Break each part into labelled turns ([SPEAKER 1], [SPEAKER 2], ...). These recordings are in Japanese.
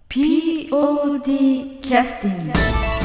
[SPEAKER 1] POD キャスティング。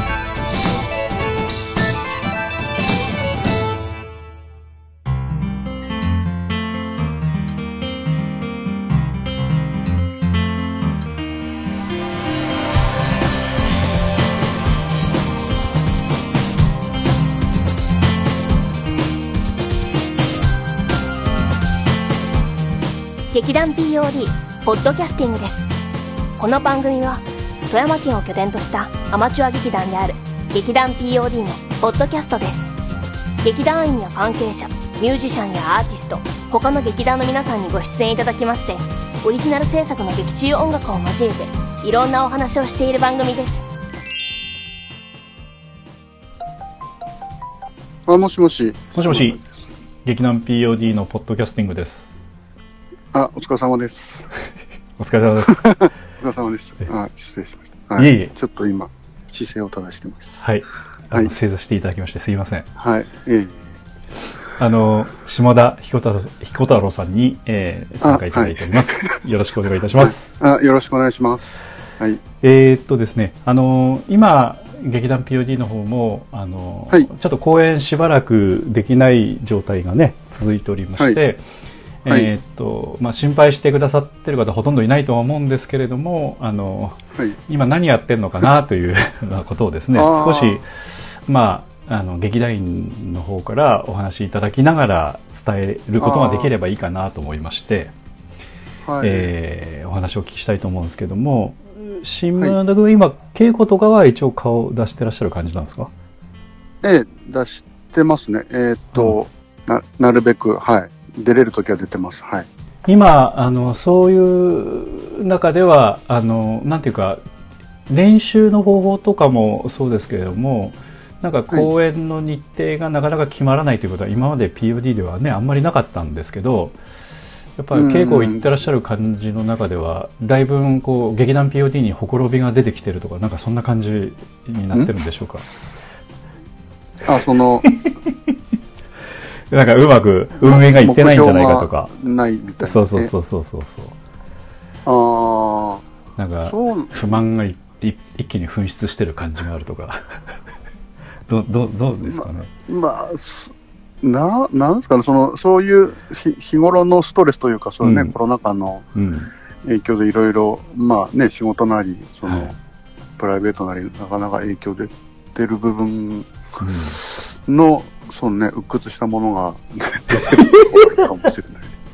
[SPEAKER 2] 劇団 POD ポッドキャスティングです。この番組は富山県を拠点としたアマチュア劇団である劇団 POD のポッドキャストです。劇団員や関係者、ミュージシャンやアーティスト、他の劇団の皆さんにご出演いただきまして、オリジナル制作の劇中音楽を交えていろんなお話をしている番組です。
[SPEAKER 3] もしもし。
[SPEAKER 4] もしもし。劇団 POD のポッドキャスティングです。
[SPEAKER 3] お疲れ様です。
[SPEAKER 4] お疲れ様です。
[SPEAKER 3] お疲れ様です。失礼しました。はい、
[SPEAKER 4] いえいえ。
[SPEAKER 3] ちょっと今姿勢を正してます。
[SPEAKER 4] はい。正座していただきましてすいません。
[SPEAKER 3] はい。
[SPEAKER 4] 下田彦太郎さんに、参加いただいております。はい、よろしくお願いいたします。
[SPEAKER 3] よろしくお願いします。はい。
[SPEAKER 4] ですね、今劇団 POD の方もはい、ちょっと公演しばらくできない状態がね続いておりまして。はい、心配してくださってる方ほとんどいないとは思うんですけれども、はい、今何やってんのかなというようなことをですね、少し、劇団員の方からお話しいただきながら伝えることができればいいかなと思いまして、はい、お話をお聞きしたいと思うんですけども、新村田君、今、稽古とかは一応顔を出してらっしゃる感じなんですか？
[SPEAKER 3] 出してますね。なるべく、はい。出れるときは出てます。はい。
[SPEAKER 4] 今、そういう中では、なんていうか、練習の方法とかもそうですけれども、なんか公演の日程がなかなか決まらないということは、今まで POD ではね、あんまりなかったんですけど、やっぱり稽古を行ってらっしゃる感じの中では、だいぶこう、劇団 POD にほころびが出てきてるとか、なんかそんな感じになってるんでしょうか？なんかうまく運営がいってないんじゃないかとか。
[SPEAKER 3] ないみたいな。
[SPEAKER 4] そう。なんか不満が一気に噴出してる感じがあるとか。どうですかね。
[SPEAKER 3] なんですかね、そういう日頃のストレスというか、そうね、コロナ禍の影響でいろいろ、仕事なり、プライベートなり、なかなか影響出てる部分の、鬱屈したものが出てるかもしれ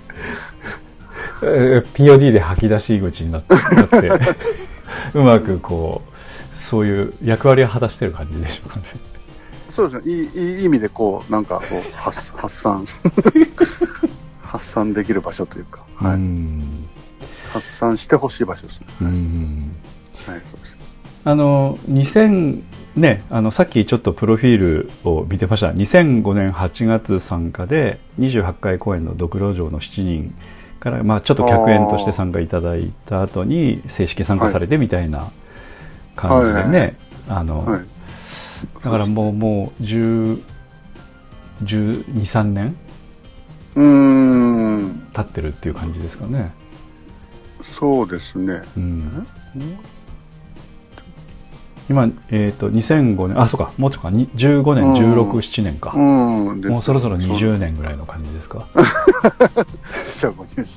[SPEAKER 3] ない。
[SPEAKER 4] POD で吐き出し口になってうまくこうそういう役割を果たしてる感じでしょうかね。
[SPEAKER 3] そうですね。いい意味でなんか発散できる場所というか、はい、発散してほしい場所ですね。はい、そうですね。
[SPEAKER 4] 2000ね、さっきちょっとプロフィールを見てました。2005年8月参加で28回公演のドクロ城の7人から、ちょっと客演として参加いただいた後に正式参加されてみたいな感じでね、だからもう12、13年経ってるっていう感じですかね。
[SPEAKER 3] そうですね。
[SPEAKER 4] 今、2005年、そうか、もうちょっとか、15年、16、7年か。もうそろそろ20年ぐらいの感じですか。
[SPEAKER 3] 四捨五入して。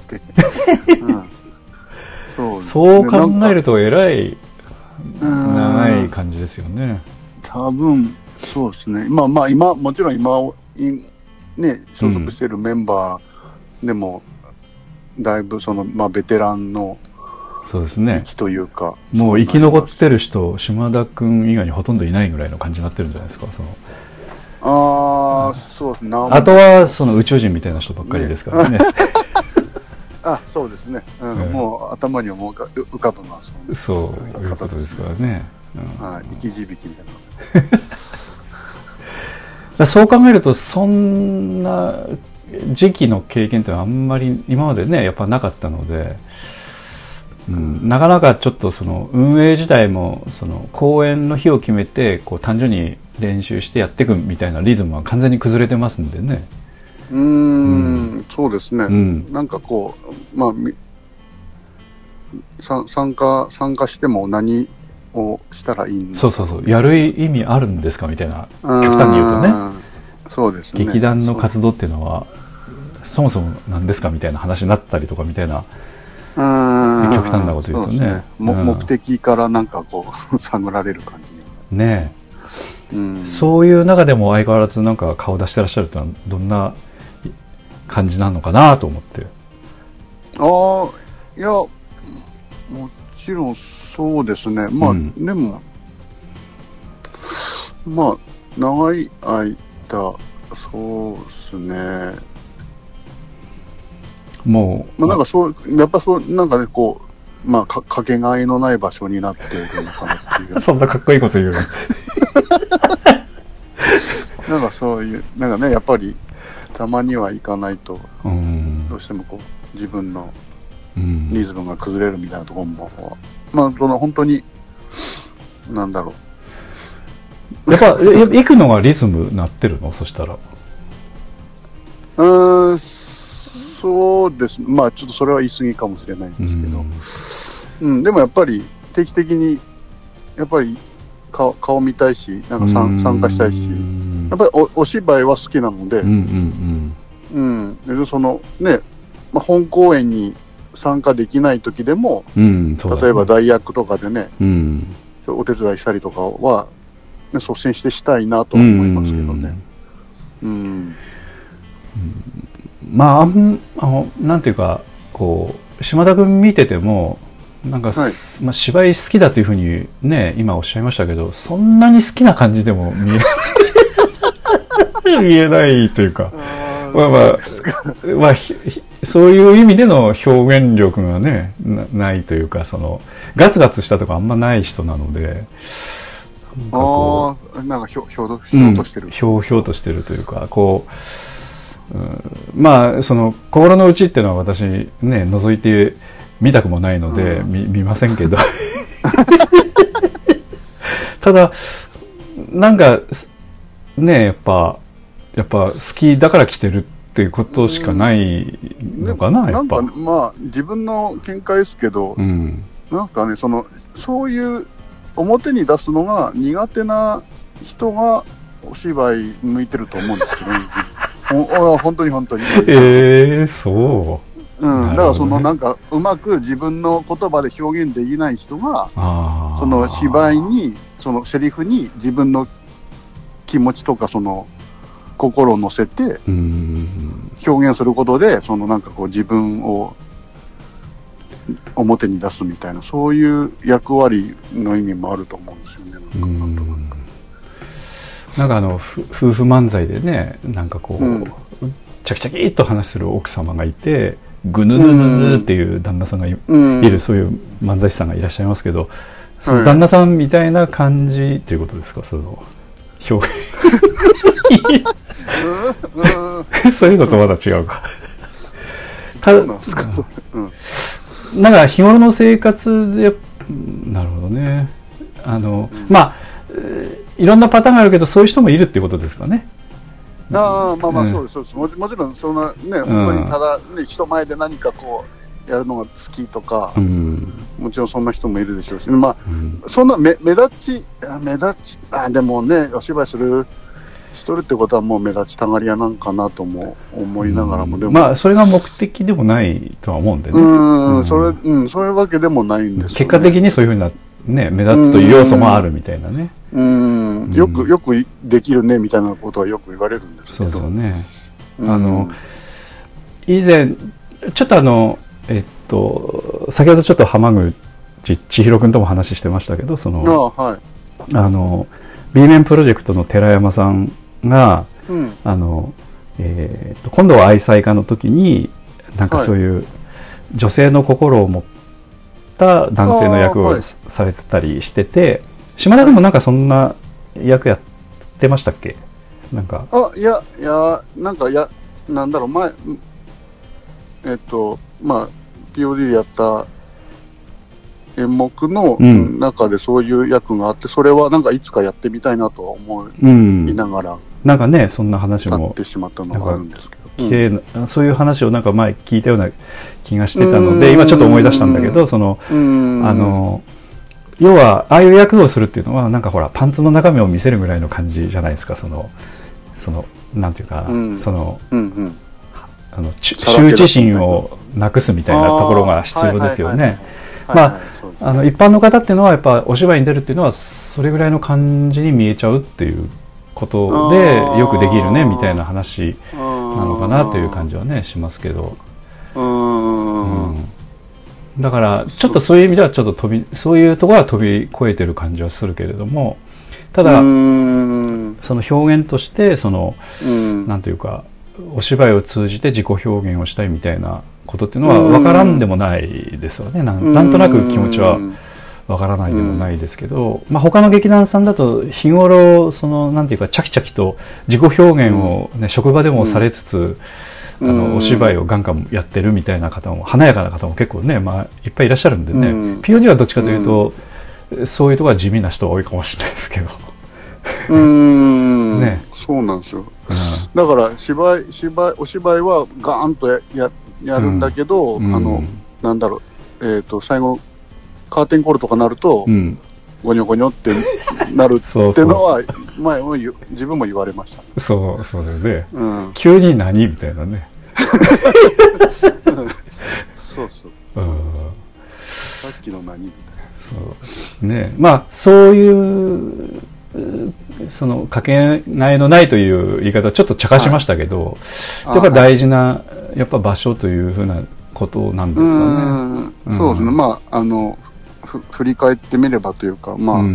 [SPEAKER 4] そう考えると、えらい長い感じですよね。
[SPEAKER 3] 多分、そうですね。今、もちろん今、ね、所属しているメンバーでも、だいぶベテランの、
[SPEAKER 4] そうですね。
[SPEAKER 3] というか、
[SPEAKER 4] もう生き残ってる人、島田君以外にほとんどいないぐらいの感じになってるんじゃないですか。
[SPEAKER 3] そうですね。
[SPEAKER 4] あとは宇宙人みたいな人ばっかりですからね。
[SPEAKER 3] そうですね。もう頭には浮かぶのは
[SPEAKER 4] そういうことですからね。
[SPEAKER 3] 生き字引みたい
[SPEAKER 4] な。そう考えるとそんな時期の経験ってあんまり今までねやっぱなかったので。なかなかちょっと運営自体も公演の日を決めて単純に練習してやっていくみたいなリズムは完全に崩れてますんでね。
[SPEAKER 3] そうですね。なんか参加しても何をしたらいいの？
[SPEAKER 4] そうそうそう。やる意味あるんですかみたいな。極端に言うとね。
[SPEAKER 3] そうですね。
[SPEAKER 4] 劇団の活動っていうのは、そもそも何ですかみたいな話になったりとかみたいな。極端なこと言うとね。
[SPEAKER 3] 目的からなんかこう、探られる感じ。
[SPEAKER 4] ねえ。そういう中でも相変わらずなんか顔出してらっしゃるってのはどんな感じなのかなと思って。
[SPEAKER 3] いや、もちろんそうですね。まあ、でも、まあ、長い間、そうですね。
[SPEAKER 4] もう。
[SPEAKER 3] まあ、なんかやっぱなんかね、こう、まあ、かけがえのない場所になっているのかなっていう。
[SPEAKER 4] そんなかっこいいこと言うの
[SPEAKER 3] なんかそういう、なんかね、やっぱり、たまには行かないと、どうしてもこう、自分のリズムが崩れるみたいなところも、まあ、本当に、なんだろ
[SPEAKER 4] う。やっぱ、行くのがリズムなってるの？そしたら。
[SPEAKER 3] そうです。まあ、ちょっとそれは言い過ぎかもしれないんですけど、でもやっぱり、定期的に、やっぱり、顔見たいし、なんか参加したいし、やっぱりお芝居は好きなので、そのね、まあ、本公演に参加できない時でも、例えば代役とかでね、お手伝いしたりとかは、ね、率先してしたいなと思いますけどね。
[SPEAKER 4] まあ、なんていうか、こう、島田君見てても、なんか、まあ、芝居好きだというふうにね、今おっしゃいましたけど、そんなに好きな感じでも見えないというか、まあ、そういう意味での表現力がね、ないというか、ガツガツしたとかあんまない人なので、
[SPEAKER 3] なんかひょうとしてる。
[SPEAKER 4] ひょうとしてるというか、こう、まあ、心の内っていうのは私ね、覗いて見たくもないので、見ませんけど。ただ、なんか、ね、やっぱ好きだから来てるっていうことしかないのかな、やっぱ。
[SPEAKER 3] なんか、まあ、自分の見解ですけど、なんかね、そういう表に出すのが苦手な人がお芝居向いてると思うんですけどね。本当に。
[SPEAKER 4] そう。
[SPEAKER 3] だからなんかうまく自分の言葉で表現できない人が芝居にセリフに自分の気持ちとか心を乗せて表現することでなんかこう自分を表に出すみたいなそういう役割の意味もあると思うんですよね。
[SPEAKER 4] なんか夫婦漫才でね、なんかこう、チャキチャキっと話する奥様がいて、ぐぬぬぬぬっていう旦那さんがいる、そういう漫才師さんがいらっしゃいますけど、その旦那さんみたいな感じっていうことですか、表現。そういうのとまだ違うか。なんか日頃の生活で、なるほどね。まあ、いろんなパターンがあるけど、そういう人もいるっていうことですかね。
[SPEAKER 3] まあそうです、そうです。もちろん、そんなね、本当にただ、ね、人前で何かこう、やるのが好きとか、もちろんそんな人もいるでしょうし、まあ、そんな目立ち、でもね、お芝居しとるってことはもう目立ちたがり屋なんかなとも思いながらも、でも。
[SPEAKER 4] まあ、それが目的でもないとは思うんでね。
[SPEAKER 3] そういうわけでもないんですよね。
[SPEAKER 4] 結果的にそういうふうな、ね、目立つという要素もあるみたいなね。
[SPEAKER 3] よくできるねみたいなことはよく言われるんですけど。
[SPEAKER 4] そうですね。以前ちょっと先ほどちょっと浜口千尋君とも話してましたけど、B 面プロジェクトの寺山さんが、今度は愛妻家の時になんかそういう女性の心を持った男性の役をされてたりしてて、島田君もなんかそんな役やってましたっけ？なんか。
[SPEAKER 3] なんだろう、まあ、POD でやった演目の中でそういう役があって、それはなんかいつかやってみたいなとは思いながら、
[SPEAKER 4] なんかね、そんな話も。
[SPEAKER 3] 立ってしまったのがあるんですけど。
[SPEAKER 4] そういう話をなんか前聞いたような気がしてたので、今ちょっと思い出したんだけど、要はああいう役をするっていうのはなんかほらパンツの中身を見せるぐらいの感じじゃないですか。そのなんていうか、羞恥心をなくすみたいなところが必要ですよね。まあ一般の方っていうのはやっぱお芝居に出るっていうのはそれぐらいの感じに見えちゃうっていうことでよくできるねみたいな話なのかなという感じはねしますけど、だからちょっとそういう意味ではちょっとそういうところは飛び越えてる感じはするけれども、ただその表現としてなんていうかお芝居を通じて自己表現をしたいみたいなことっていうのは分からんでもないですよね。なんとなく気持ちは分からないでもないですけど、まあ他の劇団さんだと日頃なんていうかチャキチャキと自己表現をね、職場でもされつつ、お芝居をガンガンやってるみたいな方も華やかな方も結構ね、まあいっぱいいらっしゃるんでね、POD はどっちかというと、そういうところは地味な人が多いかもしれないですけど。
[SPEAKER 3] ね、そうなんですよ。だからお芝居はガーンとやるんだけど、なんだろう、最後カーテンコールとかなると、ゴニョゴニョってなるっていうのは前も自分も言われました。
[SPEAKER 4] そうだよね。急に何みたいなね。
[SPEAKER 3] そう。さっきの何みたいな。
[SPEAKER 4] そうね。まあそういうかけがえのないという言い方はちょっと茶化しましたけど、やっぱ大事なやっぱ場所というふうなことなんですかね。
[SPEAKER 3] そうですね。まあ振り返ってみればというか、まあだ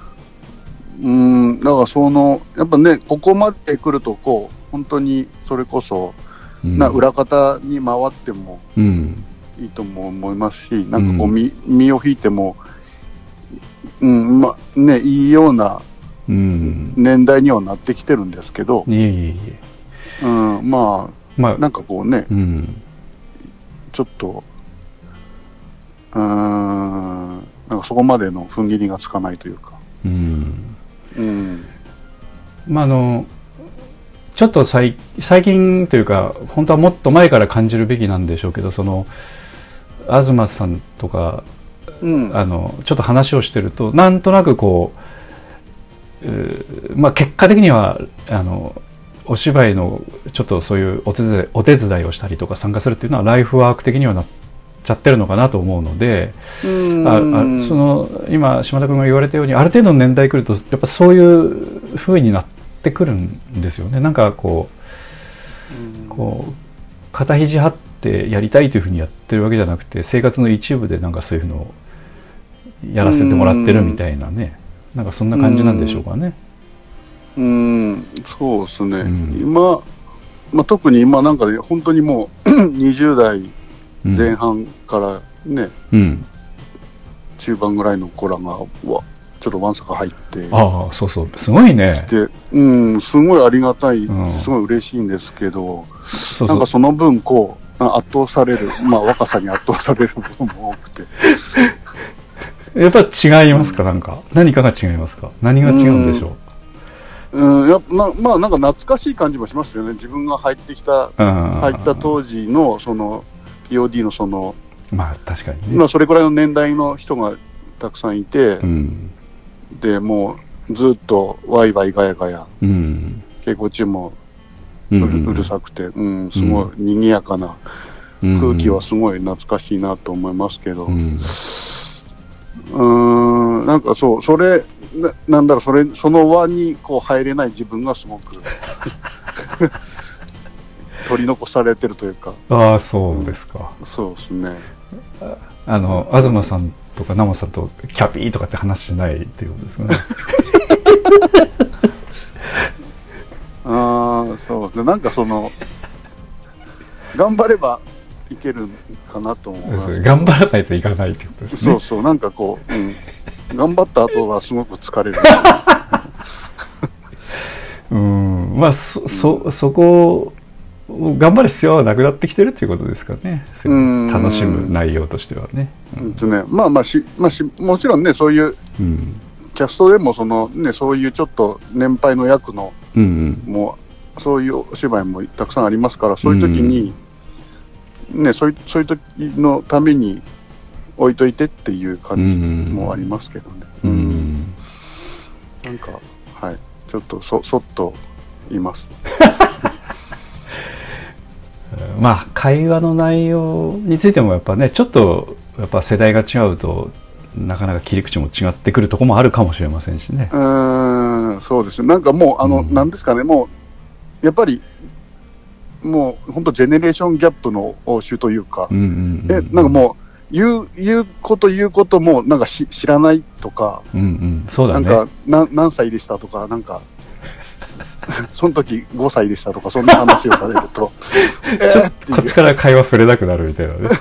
[SPEAKER 3] からやっぱねここまで来るとこう本当にそれこそ裏方に回ってもいいとも思いますし、なんかこう身を引いてもまあねいいような年代にはなってきてるんですけど、まあなんかこうね、ちょっとなんかそこまでの踏ん切りがつかないというか、
[SPEAKER 4] まあちょっと最近というか本当はもっと前から感じるべきなんでしょうけど、東さんとか、ちょっと話をしてるとなんとなくこう、まあ結果的にはお芝居のちょっとそういうお手伝いをしたりとか参加するっていうのはライフワーク的にはなっちゃってるのかなと思うので、今島田君が言われたようにある程度の年代来るとやっぱそういう風になってくるんですよね。なんかこう肩肘張ってやりたいというふうにやってるわけじゃなくて、生活の一部でなんかそういうのをやらせてもらってるみたいなね、なんかそんな感じなんでしょうかね。
[SPEAKER 3] そうですね。今、まあ、特に今なんかね本当にもう20代前半からね、中盤ぐらいの子らがちょっとわんさか入って、
[SPEAKER 4] そうすごいね。
[SPEAKER 3] すごいありがたい、すごい嬉しいんですけど、なんかその分こう圧倒される、まあ若さに圧倒される部分も多くて。
[SPEAKER 4] やっぱ違いますか、なんか何かが違いますか、何が違うんでしょう。
[SPEAKER 3] まあなんか懐かしい感じもしますよね。自分が入った当時のPOD の
[SPEAKER 4] まあ確かにね。
[SPEAKER 3] まあそれぐらいの年代の人がたくさんいて、でもうずっとワイワイガヤガヤ、稽古中もうるさくて、すごい賑やかな空気はすごい懐かしいなと思いますけど、なんかそれなんだろう、その輪にこう入れない自分がすごく取り残されてるというか。
[SPEAKER 4] そうですか。
[SPEAKER 3] そうですね。
[SPEAKER 4] 東さんとかナモさんとキャピーとかって話しないっていうことですね。
[SPEAKER 3] そうで、なんか頑張ればいけるかなと思います。
[SPEAKER 4] 頑張らないといかないってことですね。
[SPEAKER 3] そうなんかこう、頑張った後はすごく疲れる。
[SPEAKER 4] まあそこ頑張る必要はなくなってきてるっていうことですかね。楽しむ内容としてはね。まあもちろんね、そういうキャストでもそういうちょっと年配の役のも
[SPEAKER 3] そういうお芝居もたくさんありますから、そういう時に、ね、そういう時のために置いといてっていう感じもありますけどね。なんか、はい、ちょっとそっといます。
[SPEAKER 4] まあ会話の内容についてもやっぱね、ちょっとやっぱ世代が違うとなかなか切り口も違ってくるところもあるかもしれませんしね。
[SPEAKER 3] そうですね。なんかもうなんですかね、もうやっぱりもう本当ジェネレーションギャップの応酬というか、なんかもう言うこともなんか知らないとか、
[SPEAKER 4] そうだね。
[SPEAKER 3] なんか何歳でしたとか、なんかその時5歳でしたとか、そんな話をされると
[SPEAKER 4] こっちから会話触れなくなるみたいなね。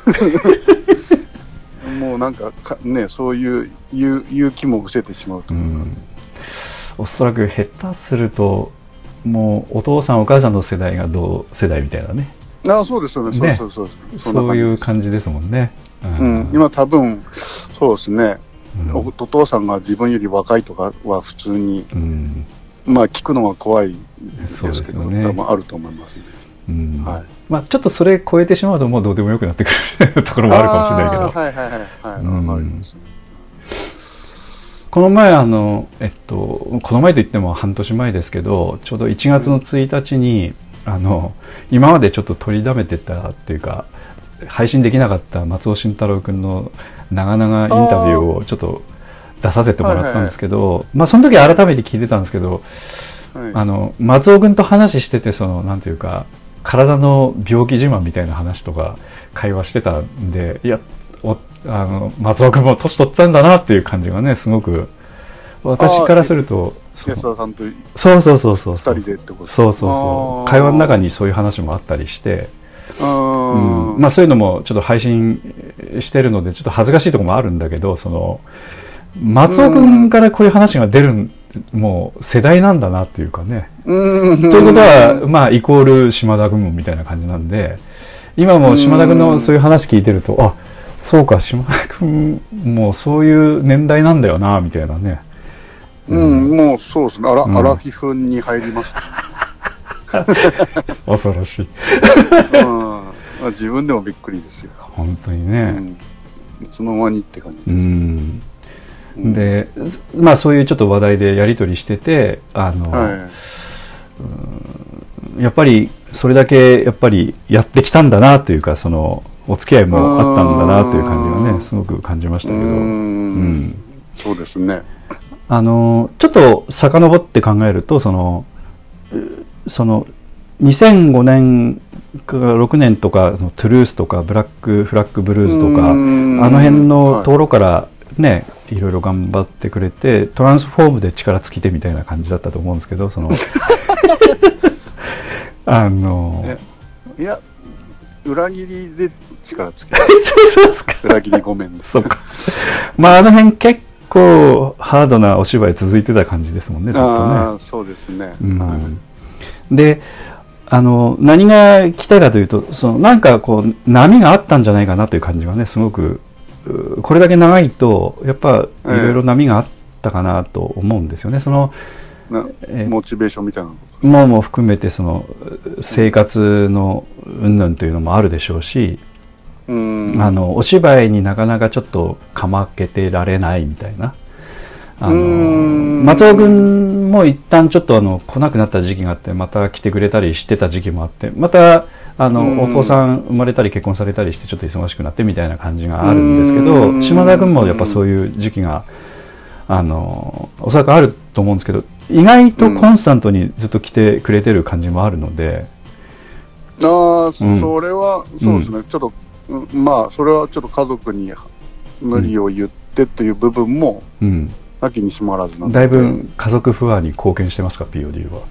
[SPEAKER 3] もうなんかね、そういう勇気も失せてしまうというか、
[SPEAKER 4] おそらく下手するともうお父さんお母さんの世代が同世代みたいなね。
[SPEAKER 3] そうですよね。
[SPEAKER 4] そういう感じですもんね。
[SPEAKER 3] 今多分そうですね、お父さんが自分より若いとかは普通に、まあ聞くのは怖いですけど、多分あると思いますね。
[SPEAKER 4] まあちょっとそれ超えてしまうともうどうでもよくなってくるところもあるかもしれないけど。この前この前といっても半年前ですけど、ちょうど1月の1日に今までちょっと取りだめてたっていうか配信できなかった松尾慎太郎君の長々インタビューをちょっと出させてもらったんですけど、まあその時改めて聞いてたんですけど、松尾君と話してて、なんていうか体の病気自慢みたいな話とか会話してたんで、いや松尾君も年取ったんだなっていう感じがね、すごく私からすると、
[SPEAKER 3] 安田さんと
[SPEAKER 4] そう
[SPEAKER 3] 2人でってことですか。
[SPEAKER 4] そう会話の中にそういう話もあったりして、まあそういうのもちょっと配信してるのでちょっと恥ずかしいところもあるんだけど、松尾君からこういう話が出るもう世代なんだなっていうかね。ということはまあイコール島田君みたいな感じなんで、今も島田君のそういう話聞いてると、そうか、島田君もそういう年代なんだよなみたいなね。
[SPEAKER 3] もうそうですね。アラフィフに入りました、ね。
[SPEAKER 4] 恐ろしい。
[SPEAKER 3] 自分でもびっくりですよ。
[SPEAKER 4] 本当にね。
[SPEAKER 3] いつの間にって感じ
[SPEAKER 4] で、まあそういうちょっと話題でやり取りしてて、やっぱりそれだけやっぱりやってきたんだなというか、お付き合いもあったんだなという感じがね、すごく感じましたけど。
[SPEAKER 3] そうですね。
[SPEAKER 4] ちょっと遡って考えると、2005年から6年とかのトゥルースとかブラックフラッグブルーズとか、あの辺のところからね、いろいろ頑張ってくれて、トランスフォームで力尽きてみたいな感じだったと思うんですけど、
[SPEAKER 3] いや、裏切りで力尽きた。裏切りごめん。
[SPEAKER 4] そうか。まああの辺結構ハードなお芝居続いてた感じですもんね、ずっとね。
[SPEAKER 3] そうですね。
[SPEAKER 4] で、何が来たかというと、なんかこう波があったんじゃないかなという感じがね、すごくこれだけ長いとやっぱいろいろ波があったかなと思うんですよね。
[SPEAKER 3] モチベーションみたいなの
[SPEAKER 4] も含めて生活の云々というのもあるでしょうし、お芝居になかなかちょっとかまけてられないみたいな。松尾君も一旦ちょっと来なくなった時期があって、また来てくれたりしてた時期もあって、またお子さん生まれたり結婚されたりしてちょっと忙しくなってみたいな感じがあるんですけど、島田君もやっぱそういう時期がおそらくあると思うんですけど、意外とコンスタントにずっと来てくれてる感じもあるので、
[SPEAKER 3] それはそうですね、ちょっとまあそれはちょっと家族に無理を言ってという部分もなきにしもあらずなんで、
[SPEAKER 4] だいぶ家族不安に貢献してますか、 POD は。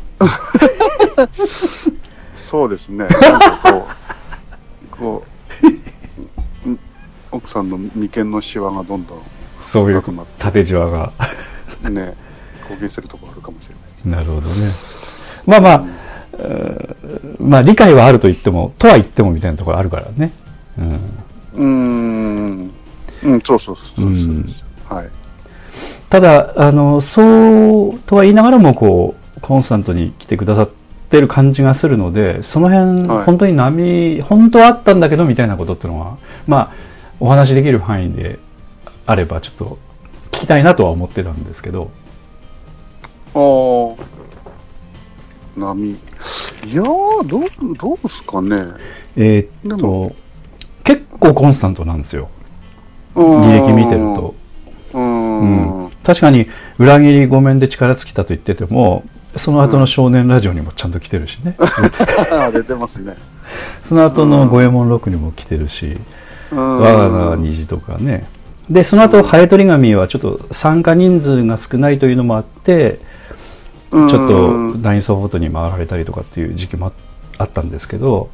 [SPEAKER 3] そうですね。なんかこう奥さんの眉間のシワがどんどん
[SPEAKER 4] そういう縦じわが
[SPEAKER 3] ね、貢献するところあるかもしれない。
[SPEAKER 4] なるほどね。まあまあ、まあ理解はあると言ってもとは言ってもみたいなところあるからね。
[SPEAKER 3] そうそう。はい。
[SPEAKER 4] ただそうとは言いながらもこうコンスタントに来てくださってる感じがするので、その辺、本当に本当はあったんだけどみたいなことっていうのは、まあお話しできる範囲であればちょっと聞きたいなとは思ってたんですけど。
[SPEAKER 3] 波。いやー、どうですかね。
[SPEAKER 4] 結構コンスタントなんですよ。履歴見てると。確かに裏切りごめんで力尽きたと言ってても、その後の少年ラジオにもちゃんと来てるしね。
[SPEAKER 3] 出てますね。
[SPEAKER 4] その後の五右衛門録にも来てるし、我が名虹とかね。で、その後、ハエトリガミはちょっと参加人数が少ないというのもあって、ちょっとダイソーフォトに回られたりとかっていう時期もあったんですけど、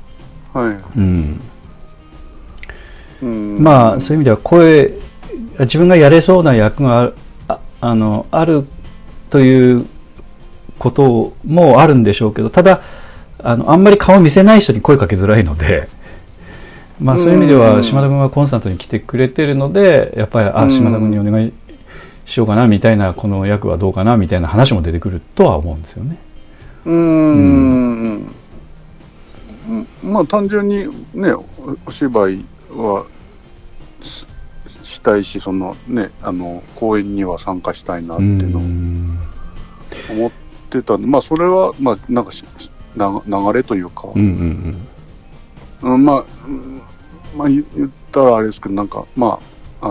[SPEAKER 4] まあそういう意味では自分がやれそうな役があるということもあるんでしょうけど、ただあんまり顔見せない人に声かけづらいので、まあそういう意味では島田君がコンスタントに来てくれてるので、やっぱり島田君にお願いしようかなみたいな、この役はどうかなみたいな話も出てくるとは思うんですよね。
[SPEAKER 3] まあ単純にね、お芝居はしたいし、そのね、公演には参加したいなっていうのを思ってたんで、まあそれはまあなんか流れというか、まあ言ったらあれですけど、なんかまあ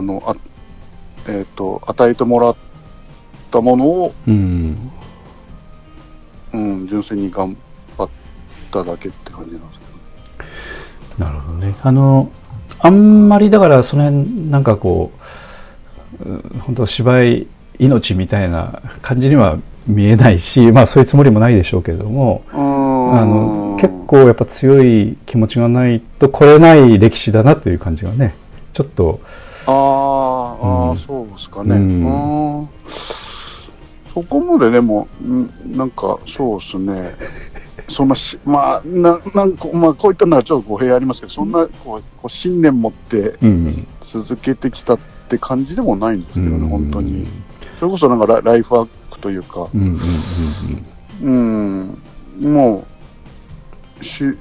[SPEAKER 3] 与えてもらったものを、純粋に頑張っただけって感じなんですけど。
[SPEAKER 4] なるほどね。あんまりだからその辺なんかこう本当芝居命みたいな感じには見えないし、まあそういうつもりもないでしょうけれども、結構やっぱ強い気持ちがないと来れない歴史だなという感じがね、ちょっと。
[SPEAKER 3] そうですかね。そこまででもなんかそうですね。そんなまあこういったのはちょっと語弊ありますけど、そんなこう信念持って続けてきたって感じでもないんですけどね、本当に。それこそなんかライフワークというか、もう趣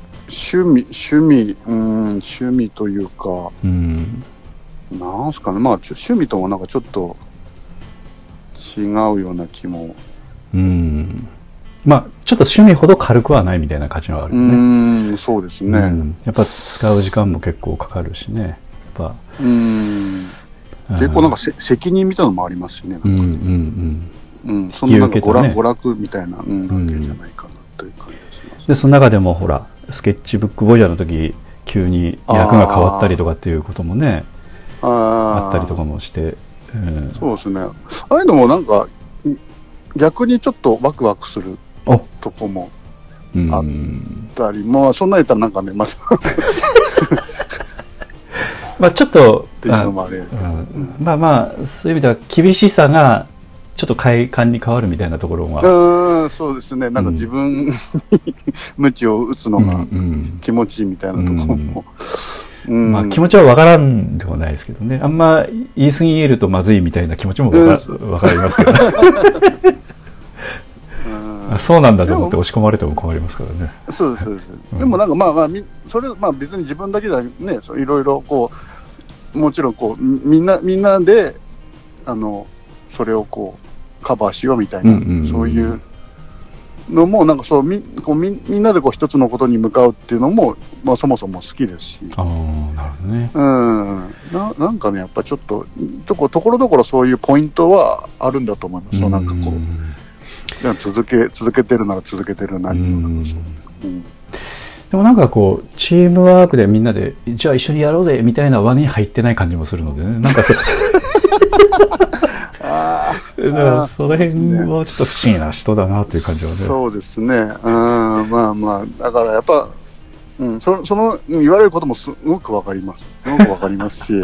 [SPEAKER 3] 味というか、なんすかね、まあ趣味ともなんかちょっと違うような気も。
[SPEAKER 4] まあちょっと趣味ほど軽くはないみたいな感じはあるよね。
[SPEAKER 3] そうですね。
[SPEAKER 4] やっぱ使う時間も結構かかるしね。やっぱ
[SPEAKER 3] 結構なんか責任みたいなのもありますしね。そんななんか娯楽みたいなわけじゃないかなという感じします。
[SPEAKER 4] でその中でもほらスケッチブックボーイヤーの時急に役が変わったりとかっていうこともねあったりとかもして、
[SPEAKER 3] そうですね。ああいうのもなんか逆にちょっとワクワクするとこもあったり、まあそんなやったらなんかね、ま
[SPEAKER 4] あちょっと
[SPEAKER 3] っていうのもあれ、
[SPEAKER 4] まあそういう意味では厳しさがちょっと快感に変わるみたいなところが、
[SPEAKER 3] そうですね。なんか自分に鞭を打つのが気持ちいいみたいなところも。
[SPEAKER 4] まあ気持ちは分からんでもないですけどね。あんま言い過ぎるとまずいみたいな気持ちも分かりますけどそうなんだと思って押し込まれても困りますからね。
[SPEAKER 3] そうです。でもなんかまあそれ別に自分だけじゃね、いろいろこうもちろんこうみんなでそれをこうカバーしようみたいな、そういうのもなんかそうみんなでこう一つのことに向かうっていうのも、まあそもそも好きですし。
[SPEAKER 4] なるほどね。
[SPEAKER 3] なんかね、やっぱちょっとところどころそういうポイントはあるんだと思います。なんかこう続けてるなら続けてるなり。
[SPEAKER 4] でもなんかこうチームワークでみんなでじゃあ一緒にやろうぜみたいな輪に入ってない感じもするのでね。なんかだからその辺はちょっと不思議な人だなっていう感じはね。
[SPEAKER 3] そうですね。まあだからやっぱ、その言われることもすごくわかります。すごくわかりますし、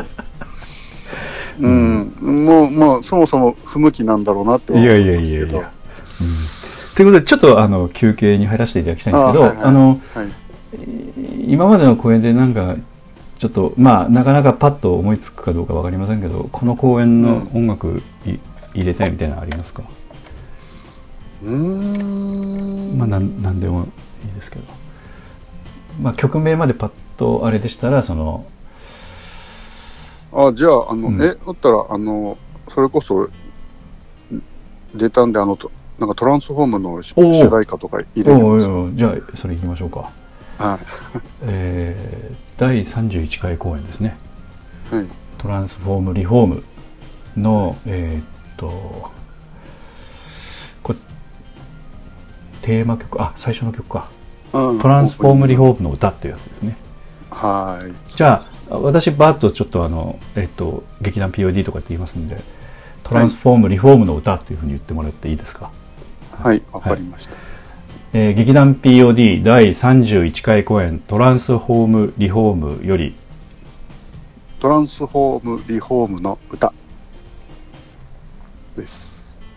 [SPEAKER 3] もうそもそも不向きなんだろうなって思うんですけど。
[SPEAKER 4] ということでちょっと休憩に入らせていただきたいんですけど、今までの公演でなんかちょっとまあなかなかパッと思いつくかどうかわかりませんけど、この公演の音楽入れたいみたいなのありますか？ まあなんでもいいですけど、まあ曲名までパッとあれでしたらその
[SPEAKER 3] じゃあだったらそれこそ出たんでなんかトランスフォームの主題歌とか入れます。
[SPEAKER 4] じゃあそれいきましょうか。
[SPEAKER 3] はい。
[SPEAKER 4] 第31回公演ですね。
[SPEAKER 3] はい。
[SPEAKER 4] トランスフォームリフォームのテーマ曲、最初の曲か。トランスフォームリフォームの歌っていうやつですね。
[SPEAKER 3] はい。
[SPEAKER 4] じゃあ私バッとちょっと劇団 POD とかって言いますんで、トランスフォームリフォームの歌っていうふうに言ってもらっていいですか。
[SPEAKER 3] はい、わかりました。
[SPEAKER 4] 劇団 POD 第31回公演トランスフォームリフォームより
[SPEAKER 3] トランスフォームリフォームの歌です。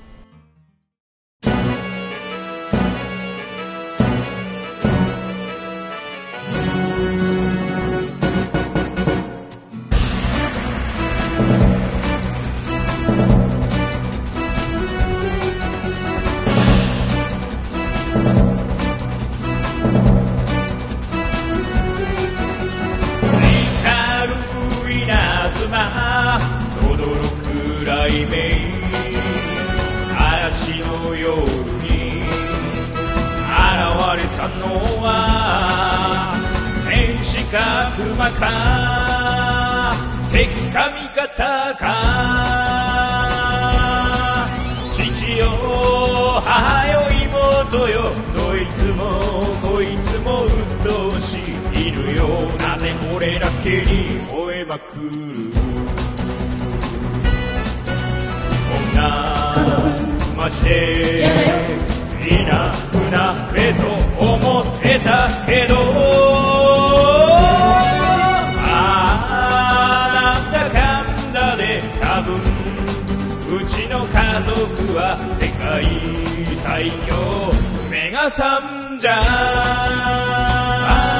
[SPEAKER 5] 嵐の夜に現れたのは天使か熊か敵か味方か父よ母よ妹よどいつもこいつも鬱陶しい犬よなぜ俺だけに吠えまくるマジでいなくなれと思ってたけどなんだかんだで多分うちの家族は世界最強目が覚んじゃ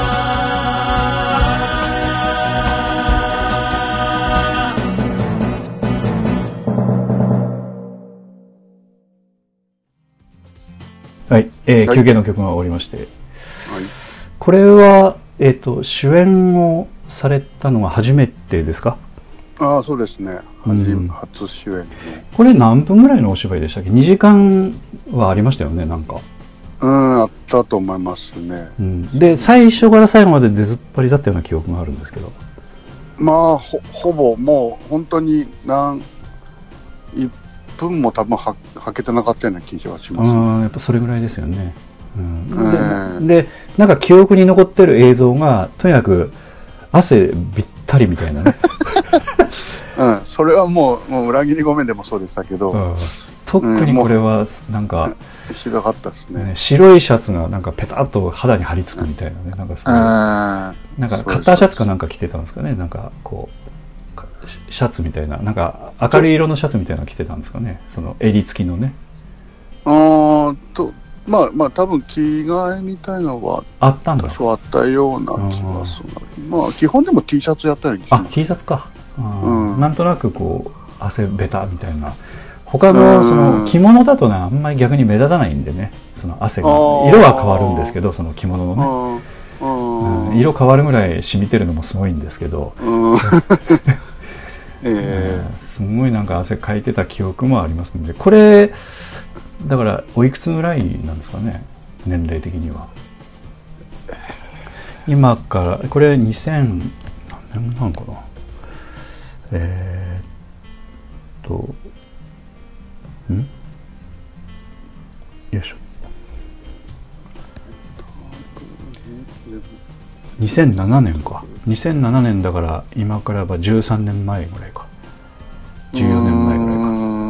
[SPEAKER 4] はい、休憩の曲が終わりまして、
[SPEAKER 3] はい、
[SPEAKER 4] これは、主演をされたのが初めてですか？
[SPEAKER 3] そうですね、初主演の。
[SPEAKER 4] これ何分ぐらいのお芝居でしたっけ？2時間はありましたよね、なんか。
[SPEAKER 3] あったと思いますね。
[SPEAKER 4] で、最初から最後まで出ずっぱりだったような記憶があるんですけど。
[SPEAKER 3] まあ、ほぼもう本当に1分も多分はけてなかったような気がします、
[SPEAKER 4] やっぱそれぐらいですよね。でなんか記憶に残ってる映像がとにかく汗びったりみたいなね。
[SPEAKER 3] それはもう裏切りごめんでもそうでしたけど、
[SPEAKER 4] 特にこれはなんか、
[SPEAKER 3] ひどかったですね。
[SPEAKER 4] 白いシャツがなんかペタッと肌に張り付くみたいなね、なんかそういうなんかカッターシャツかなんか着てたんですかね、なんかこうシャツみたいな、なんか明るい色のシャツみたいなの着てたんですかね、その襟付きのね。
[SPEAKER 3] まあ多分着替えみたいなのは
[SPEAKER 4] あったんだ。
[SPEAKER 3] 多少あったような気がする。まあ基本でも T シャツやったようにします。
[SPEAKER 4] T シャツか。なんとなくこう汗ベタみたいな。他のその着物だとね、あんまり逆に目立たないんでね、その汗が色は変わるんですけど、その着物のね、色変わるぐらい染みてるのもすごいんですけど。すごいなんか汗かいてた記憶もありますので、これだからおいくつぐらいなんですかね、年齢的には。今からこれ2000何年なのかな、よいしょ、2007年か。2007年だから今からは13年前ぐらいか。14年前ぐらいか。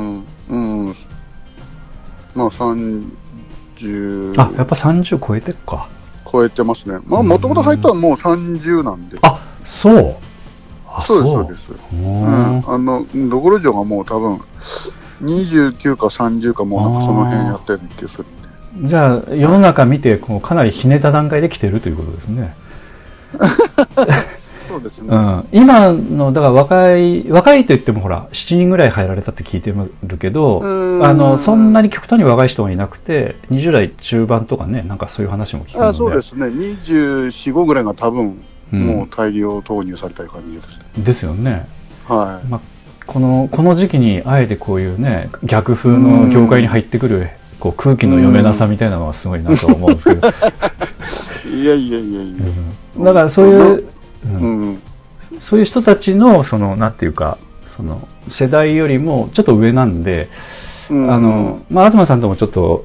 [SPEAKER 3] まあ30。
[SPEAKER 4] やっぱ30超えてっか。
[SPEAKER 3] 超えてますね。まあもともと入ったのはもう30なんで。
[SPEAKER 4] そう。
[SPEAKER 3] そうです。どころ城がもう多分29か30かもうなんかその辺やってる気がするんで。
[SPEAKER 4] じゃあ世の中見てこうかなりひねった段階で来てるということですね。
[SPEAKER 3] そうですね。
[SPEAKER 4] 今の、だから若いと言ってもほら、7人ぐらい入られたって聞いてるけど、そんなに極端に若い人がいなくて、20代中盤とかね、なんかそういう話も聞くので。
[SPEAKER 3] そうですね。24、5ぐらいが多分、もう大量投入された感じです。
[SPEAKER 4] ですよね。
[SPEAKER 3] はい。
[SPEAKER 4] この時期にあえてこういうね、逆風の業界に入ってくる、こう空気の読めなさみたいなのはすごいなと思うんですけど。
[SPEAKER 3] いやいやいやいや。
[SPEAKER 4] だからそういう、そういう人たちの、なんていうか、世代よりもちょっと上なんで、東さんともちょっと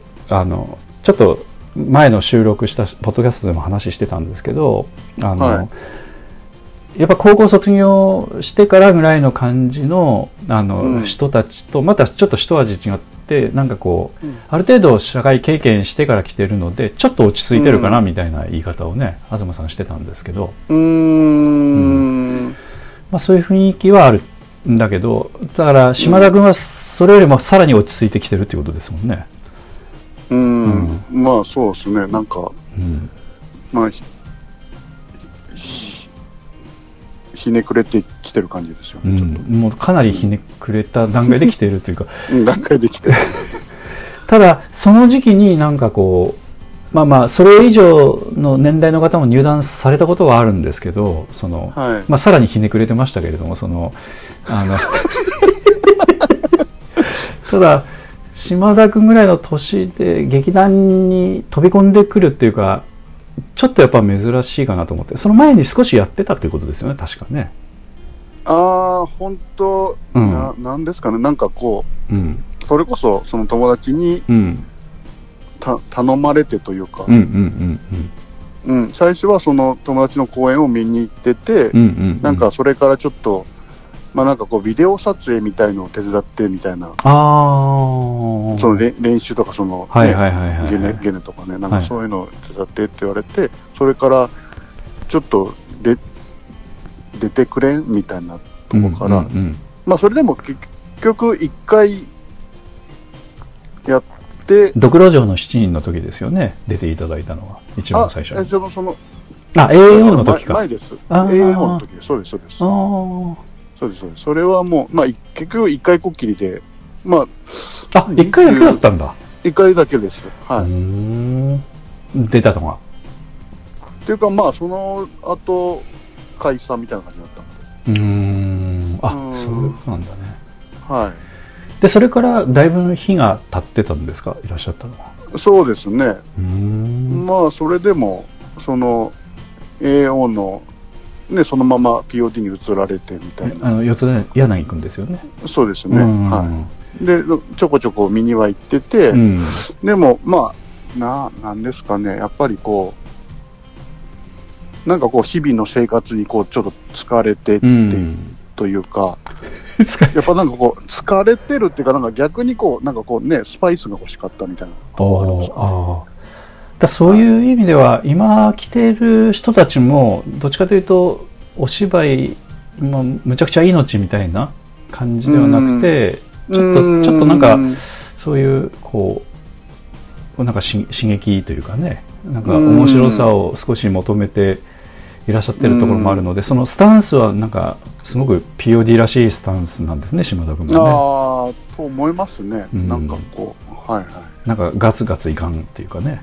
[SPEAKER 4] 前の収録したポッドキャストでも話してたんですけど、やっぱ高校卒業してからぐらいの感じの、人たちと、またちょっと一味違って、なんかこう、ある程度社会経験してから来てるので、ちょっと落ち着いてるかな、みたいな言い方をね、東さんしてたんですけど。そういう雰囲気はあるんだけど、だから、島田君はそれよりもさらに落ち着いてきてるっていうことですもんね。
[SPEAKER 3] まあそうですね、なんか、まあ、ひねくれてきてる感じですよね。
[SPEAKER 4] もうかなりひねくれた段階できているというか。
[SPEAKER 3] 段階できてる。
[SPEAKER 4] ただ、その時期になんかこう、それ以上の年代の方も入団されたことはあるんですけど、さらにひねくれてましたけれども、ただ、島田君ぐらいの年で劇団に飛び込んでくるっていうか、ちょっとやっぱ珍しいかなと思って、その前に少しやってたっていうことですよね、確かね。
[SPEAKER 3] 本当、なんですかね、なんかこう、それこそその友達に、頼まれてというか、最初はその友達の公演を見に行ってて、なんかそれからちょっと、なんかこうビデオ撮影みたいのを手伝ってみたいな、その練習とかゲネとかね、なんかそういうのを手伝ってって言われて、それからちょっと出てくれんみたいなとこから、それでも結局一回やって、
[SPEAKER 4] ドクロ城の7人の時ですよね、出ていただいたのは一番最初に。AO の時か。
[SPEAKER 3] 前です。AO の時です。そうですそうです。そうですそうです。それはもう結局一回こっきりで、
[SPEAKER 4] 一回だけだったんだ。
[SPEAKER 3] 一回だけです。はい。
[SPEAKER 4] 出たのが。
[SPEAKER 3] っていうかその後解散みたいな感じだったん
[SPEAKER 4] で。そうなんだね。
[SPEAKER 3] はい。
[SPEAKER 4] でそれからだいぶ日が経ってたんですか、いらっしゃったのは。
[SPEAKER 3] そうですね。それでもその AO のね、そのまま POD に移られてみたいな。
[SPEAKER 4] 四つ柳くんですよね。
[SPEAKER 3] そうですね。はい。で、ちょこちょこ見には行ってて、でも、なんですかね、やっぱりこう、なんかこう、日々の生活にこう、ちょっと疲れてってというか、やっぱなんかこう、疲れてるっていうか、なんか逆にこう、なんかこうね、スパイスが欲しかったみたいなところがあるんですかね。
[SPEAKER 4] そういう意味では、今来ている人たちもどっちかというとお芝居、むちゃくちゃ命みたいな感じではなくて、ちょっとなんかそういうこうなんか刺激というかね、なんか面白さを少し求めていらっしゃってるところもあるので、そのスタンスはなんかすごく POD らしいスタンスなんですね、島田君もね。
[SPEAKER 3] と思いますね。なんかこう、はいはい。
[SPEAKER 4] なんかガツガツいかんっていうかね。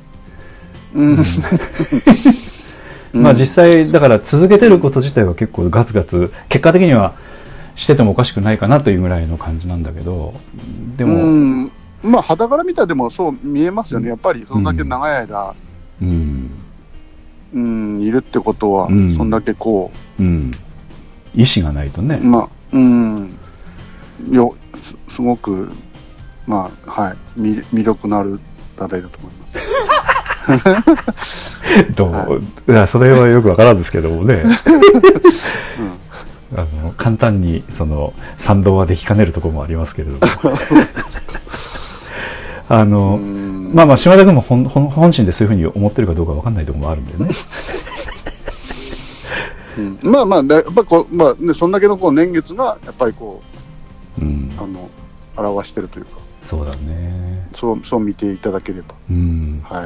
[SPEAKER 4] 実際だから続けてること自体は結構ガツガツ結果的にはしててもおかしくないかなというぐらいの感じなんだけど、でも
[SPEAKER 3] 肌から見たらでもそう見えますよね。やっぱりそんだけ長い間いるってことは、そんだけこう、
[SPEAKER 4] 意志がないとね、
[SPEAKER 3] すごく魅力のある団体だと思います。
[SPEAKER 4] それはよくわからんですけどもね。簡単に賛同はできかねるところもありますけれども、島田君も本心でそういうふうに思ってるかどうかわかんないところもあるんでね。
[SPEAKER 3] やっぱこうそんだけのこう年月がやっぱりこう表してるというか。
[SPEAKER 4] そうだね。
[SPEAKER 3] そう見ていただければ。はい。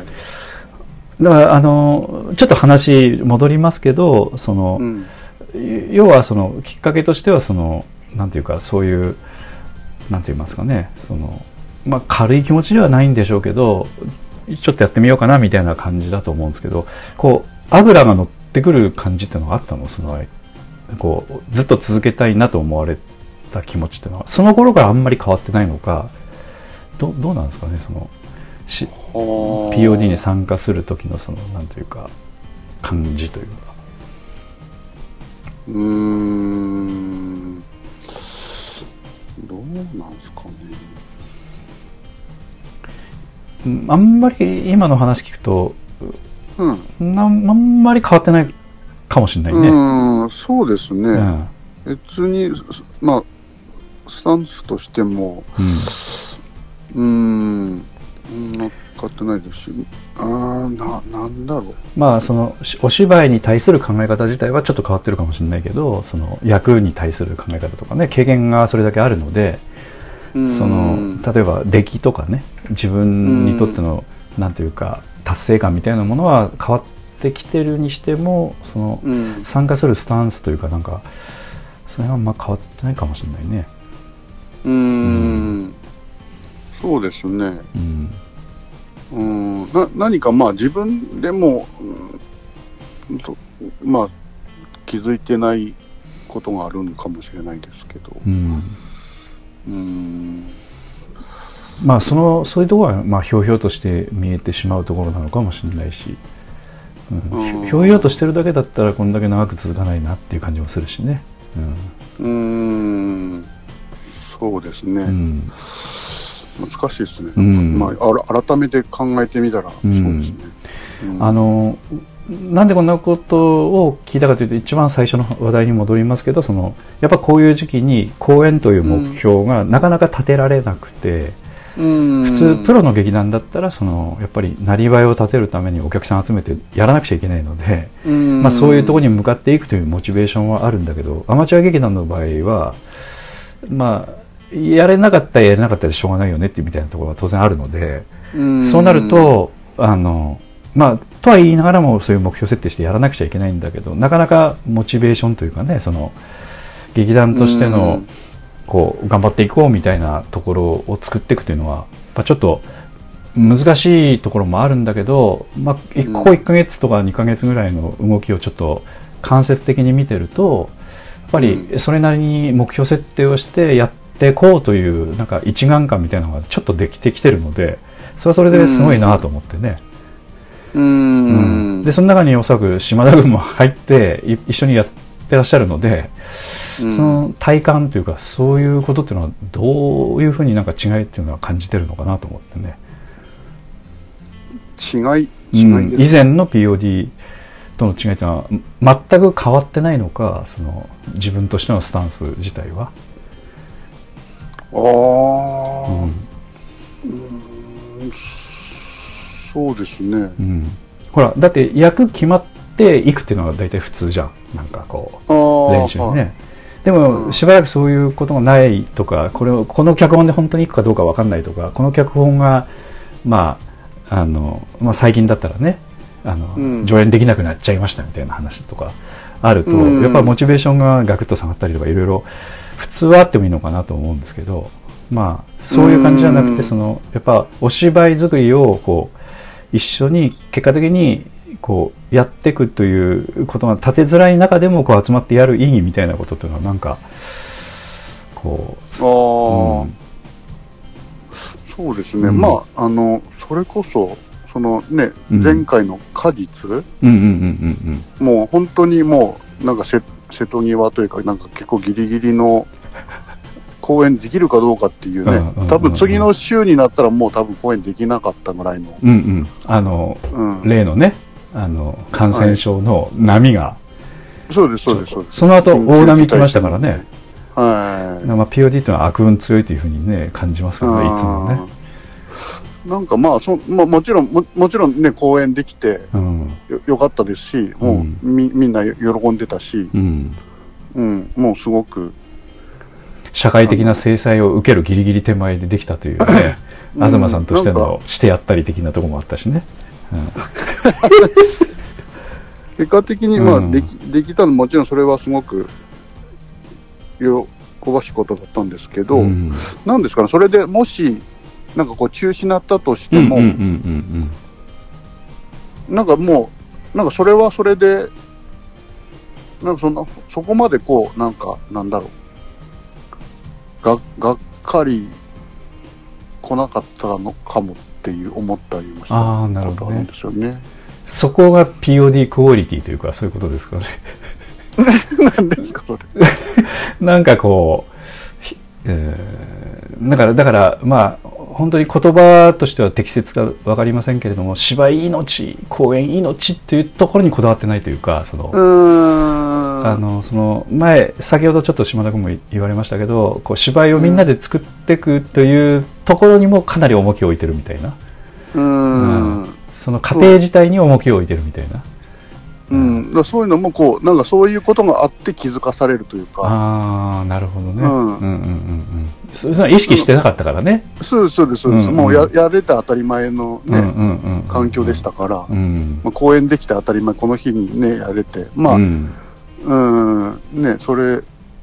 [SPEAKER 4] だからちょっと話戻りますけど、 要はそのきっかけとしてはそのなんていうかそういうなんて言いますかねその、まあ、軽い気持ちではないんでしょうけどちょっとやってみようかなみたいな感じだと思うんですけどこう油が乗ってくる感じっていうのがあったのそのこうずっと続けたいなと思われた気持ちっていうのはその頃からあんまり変わってないのかどうなんですかねそのPOD に参加する時のそのなんというか感じというか
[SPEAKER 3] どうなんですかね。
[SPEAKER 4] あんまり今の話聞くと、あんまり変わってないかもしれないね。
[SPEAKER 3] そうですね。別にまあスタンスとしても、変わってないですし、なんだろう。
[SPEAKER 4] まあそのお芝居に対する考え方自体はちょっと変わってるかもしれないけど、その役に対する考え方とかね、経験がそれだけあるので、その例えば出来とかね、自分にとってのなんというか達成感みたいなものは変わってきてるにしても、その参加するスタンスというかなんかそれはあんま変わってないかもしれないね。
[SPEAKER 3] そうですね。何かまあ自分でも、まあ気づいてないことがあるのかもしれないですけど、
[SPEAKER 4] まあそういうところはまあひょうひょうとして見えてしまうところなのかもしれないし、ひょうひょうとしてるだけだったらこんだけ長く続かないなっていう感じもするしね。
[SPEAKER 3] そうですね。難しいですね。まあ、改めて考えてみたら、そうですね。
[SPEAKER 4] なんでこんなことを聞いたかというと、一番最初の話題に戻りますけど、そのやっぱこういう時期に公演という目標がなかなか立てられなくて、普通プロの劇団だったらそのやっぱりなりわいを立てるためにお客さん集めてやらなくちゃいけないので、まあ、そういうところに向かっていくというモチベーションはあるんだけど、アマチュア劇団の場合はまあやれなかったらやれなかったらしょうがないよねっていうみたいなところが当然あるので、そうなるとまあとは言いながらもそういう目標設定してやらなくちゃいけないんだけど、なかなかモチベーションというかね、その劇団としてのこう頑張っていこうみたいなところを作っていくというのはやっぱちょっと難しいところもあるんだけど、まあ、ここ1ヶ月とか2ヶ月ぐらいの動きをちょっと間接的に見てるとやっぱりそれなりに目標設定をしてやっていこうというなんか一丸感みたいなのがちょっとできてきてるので、それはそれですごいなと思ってね。でその中におそらく島田君も入って一緒にやってらっしゃるので、その体感というかそういうことっていうのはどういうふうになんか違いっていうのは感じてるのかなと思ってね。
[SPEAKER 3] 違い
[SPEAKER 4] 以前の POD との違いっていうのは全く変わってないのか、その自分としてのスタンス自体は。
[SPEAKER 3] そうですね。
[SPEAKER 4] ほらだって役決まっていくっていうのが大体普通じゃん。なんかこう練習にね。でもしばらくそういうことがないとか、この脚本で本当にいくかどうかわかんないとか、この脚本がまあ最近だったらね上演できなくなっちゃいましたみたいな話とかあると、やっぱりモチベーションがガクッと下がったりとかいろいろ普通はあってもいいのかなと思うんですけど、まあそういう感じじゃなくて、そのやっぱお芝居作りをこう一緒に結果的にこうやっていくということが立てづらい中でもこう集まってやる意義みたいなことっていうのはなんかこう
[SPEAKER 3] そうですね。まあそれこそそのね、前回の果実、もう本当にもうなんか瀬戸際というかなんか結構ギリギリの公演できるかどうかっていうね、多分次の週になったらもう多分公演できなかったぐらいの、
[SPEAKER 4] 例のね感染症の波が、
[SPEAKER 3] そうですそうです。
[SPEAKER 4] その後大波来ましたからね。
[SPEAKER 3] ま
[SPEAKER 4] あ POD っていうのは悪運強いというふうにね感じますからね、いつもね。
[SPEAKER 3] なんかまあもちろんね公演できてよかったですし、もうみんな喜んでたし、もうすごく
[SPEAKER 4] 社会的な制裁を受けるギリギリ手前でできたというね、東さんとしてのしてやったり的なところもあったしね。
[SPEAKER 3] 結果的に、まあ、できたのもちろんそれはすごく喜ばしいことだったんですけど、なんですかね、それでもし、なんかこう中止になったとしても、なんかもう、なんかそれはそれで、なんかそこまでこう、なんか、なんだろう、がっかり来なかったのかもって思ったりもしたことあるんですよね。
[SPEAKER 4] そこが POD クオリティというか、そういうことですかね。
[SPEAKER 3] 何ですか、それ。
[SPEAKER 4] なんかこう、だから、まあ、本当に言葉としては適切か分かりませんけれども、芝居命、公演命っていうところにこだわってないというか、その前、先ほどちょっと島田君も言われましたけど、こう芝居をみんなで作っていくというところにもかなり重きを置いてるみたいな。その過程自体に重きを置いてるみたいな。
[SPEAKER 3] そういうのもこう、なんかそういうことがあって気づかされるというか。
[SPEAKER 4] ああ、なるほどね。それは意識してなかったからね。
[SPEAKER 3] そうです。もうやれて当たり前のね、環境でしたから、公演できて当たり前、この日にね、やれて、まあ、ね、それ